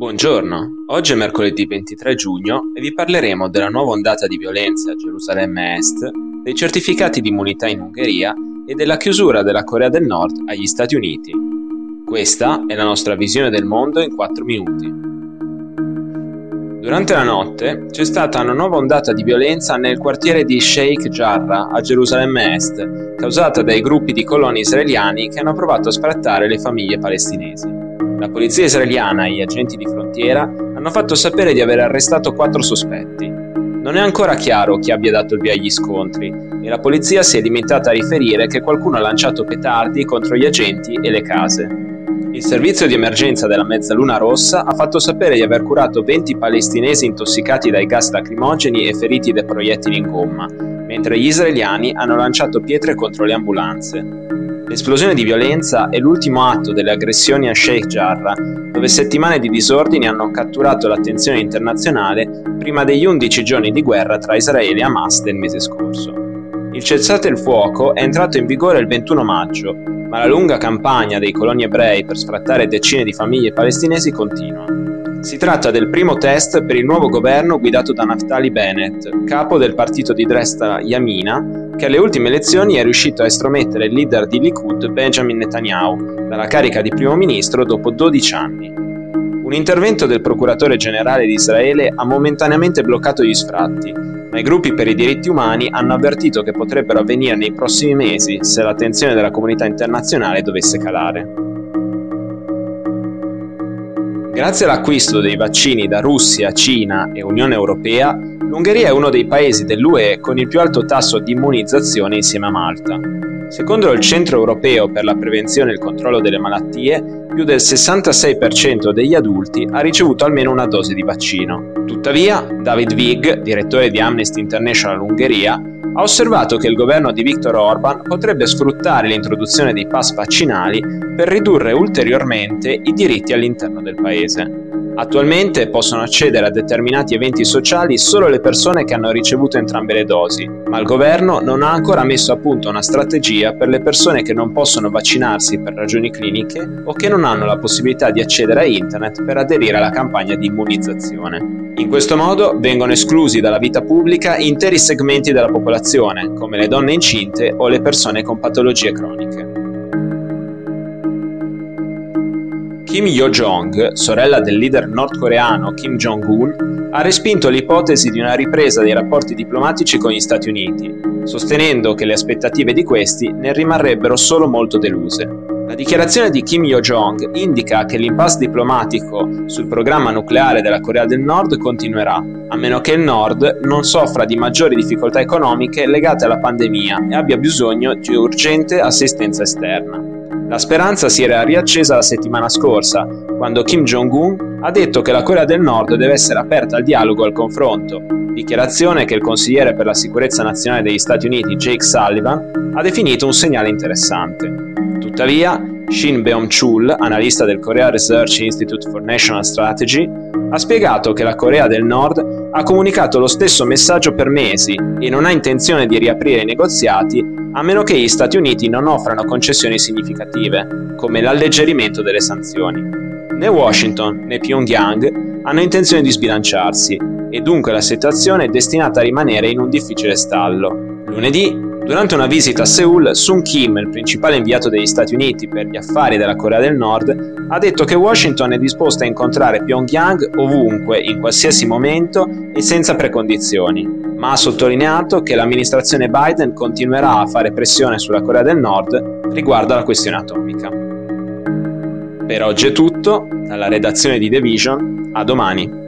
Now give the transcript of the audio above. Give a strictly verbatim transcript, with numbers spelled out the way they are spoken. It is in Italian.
Buongiorno, oggi è mercoledì ventitré giugno e vi parleremo della nuova ondata di violenza a Gerusalemme Est, dei certificati di immunità in Ungheria e della chiusura della Corea del Nord agli Stati Uniti. Questa è la nostra visione del mondo in quattro minuti. Durante la notte c'è stata una nuova ondata di violenza nel quartiere di Sheikh Jarrah a Gerusalemme Est, causata dai gruppi di coloni israeliani che hanno provato a sfrattare le famiglie palestinesi. La polizia israeliana e gli agenti di frontiera hanno fatto sapere di aver arrestato quattro sospetti. Non è ancora chiaro chi abbia dato il via agli scontri e la polizia si è limitata a riferire che qualcuno ha lanciato petardi contro gli agenti e le case. Il servizio di emergenza della Mezzaluna Rossa ha fatto sapere di aver curato venti palestinesi intossicati dai gas lacrimogeni e feriti da proiettili in gomma, mentre gli israeliani hanno lanciato pietre contro le ambulanze. L'esplosione di violenza è l'ultimo atto delle aggressioni a Sheikh Jarrah, dove settimane di disordini hanno catturato l'attenzione internazionale prima degli undici giorni di guerra tra Israele e Hamas del mese scorso. Il cessate il fuoco è entrato in vigore il ventuno maggio, ma la lunga campagna dei coloni ebrei per sfrattare decine di famiglie palestinesi continua. Si tratta del primo test per il nuovo governo guidato da Naftali Bennett, capo del partito di destra Yamina, che alle ultime elezioni è riuscito a estromettere il leader di Likud Benjamin Netanyahu dalla carica di primo ministro dopo dodici anni. Un intervento del procuratore generale di Israele ha momentaneamente bloccato gli sfratti, ma i gruppi per i diritti umani hanno avvertito che potrebbero avvenire nei prossimi mesi se l'attenzione della comunità internazionale dovesse calare. Grazie all'acquisto dei vaccini da Russia, Cina e Unione Europea, l'Ungheria è uno dei paesi dell'U E con il più alto tasso di immunizzazione insieme a Malta. Secondo il Centro Europeo per la Prevenzione e il Controllo delle Malattie, più del sessantasei per cento degli adulti ha ricevuto almeno una dose di vaccino. Tuttavia, David Vig, direttore di Amnesty International Ungheria, ha osservato che il governo di Viktor Orban potrebbe sfruttare l'introduzione dei pass vaccinali per ridurre ulteriormente i diritti all'interno del paese. Attualmente possono accedere a determinati eventi sociali solo le persone che hanno ricevuto entrambe le dosi, ma il governo non ha ancora messo a punto una strategia per le persone che non possono vaccinarsi per ragioni cliniche o che non hanno la possibilità di accedere a internet per aderire alla campagna di immunizzazione. In questo modo vengono esclusi dalla vita pubblica interi segmenti della popolazione, come le donne incinte o le persone con patologie croniche. Kim Yo-jong, sorella del leader nordcoreano Kim Jong-un, ha respinto l'ipotesi di una ripresa dei rapporti diplomatici con gli Stati Uniti, sostenendo che le aspettative di questi ne rimarrebbero solo molto deluse. La dichiarazione di Kim Yo-jong indica che l'impasse diplomatico sul programma nucleare della Corea del Nord continuerà, a meno che il Nord non soffra di maggiori difficoltà economiche legate alla pandemia e abbia bisogno di urgente assistenza esterna. La speranza si era riaccesa la settimana scorsa, quando Kim Jong-un ha detto che la Corea del Nord deve essere aperta al dialogo e al confronto, dichiarazione che il consigliere per la sicurezza nazionale degli Stati Uniti Jake Sullivan ha definito un segnale interessante. Tuttavia, Shin Beom-chul, analista del Korea Research Institute for National Strategy, ha spiegato che la Corea del Nord ha comunicato lo stesso messaggio per mesi e non ha intenzione di riaprire i negoziati a meno che gli Stati Uniti non offrano concessioni significative, come l'alleggerimento delle sanzioni. Né Washington né Pyongyang hanno intenzione di sbilanciarsi e dunque la situazione è destinata a rimanere in un difficile stallo. Lunedì, durante una visita a Seoul, Sung Kim, il principale inviato degli Stati Uniti per gli affari della Corea del Nord, ha detto che Washington è disposta a incontrare Pyongyang ovunque, in qualsiasi momento e senza precondizioni, ma ha sottolineato che l'amministrazione Biden continuerà a fare pressione sulla Corea del Nord riguardo alla questione atomica. Per oggi è tutto, dalla redazione di The Vision, a domani.